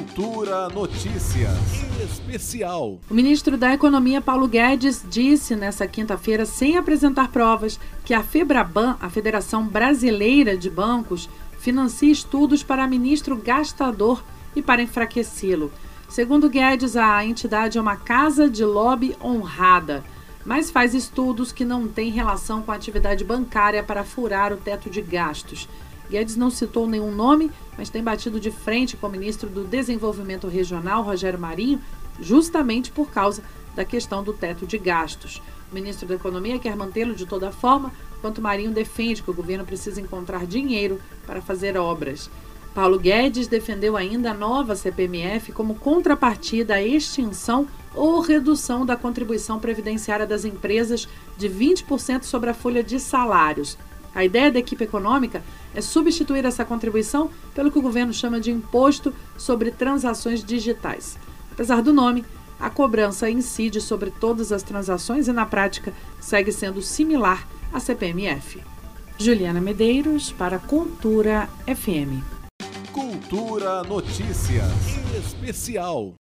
Cultura Notícias Especial. O ministro da Economia, Paulo Guedes, disse nesta quinta-feira, sem apresentar provas, que a FEBRABAN, a Federação Brasileira de Bancos, financia estudos para ministro gastador e para enfraquecê-lo. Segundo Guedes, a entidade é uma casa de lobby honrada, mas faz estudos que não têm relação com a atividade bancária para furar o teto de gastos. Guedes não citou nenhum nome, mas tem batido de frente com o ministro do Desenvolvimento Regional, Rogério Marinho, justamente por causa da questão do teto de gastos. O ministro da Economia quer mantê-lo de toda forma, enquanto Marinho defende que o governo precisa encontrar dinheiro para fazer obras. Paulo Guedes defendeu ainda a nova CPMF como contrapartida à extinção ou redução da contribuição previdenciária das empresas de 20% sobre a folha de salários. A ideia da equipe econômica é substituir essa contribuição pelo que o governo chama de imposto sobre transações digitais. Apesar do nome, a cobrança incide sobre todas as transações e, na prática, segue sendo similar à CPMF. Juliana Medeiros, para Cultura FM. Cultura Notícias Especial.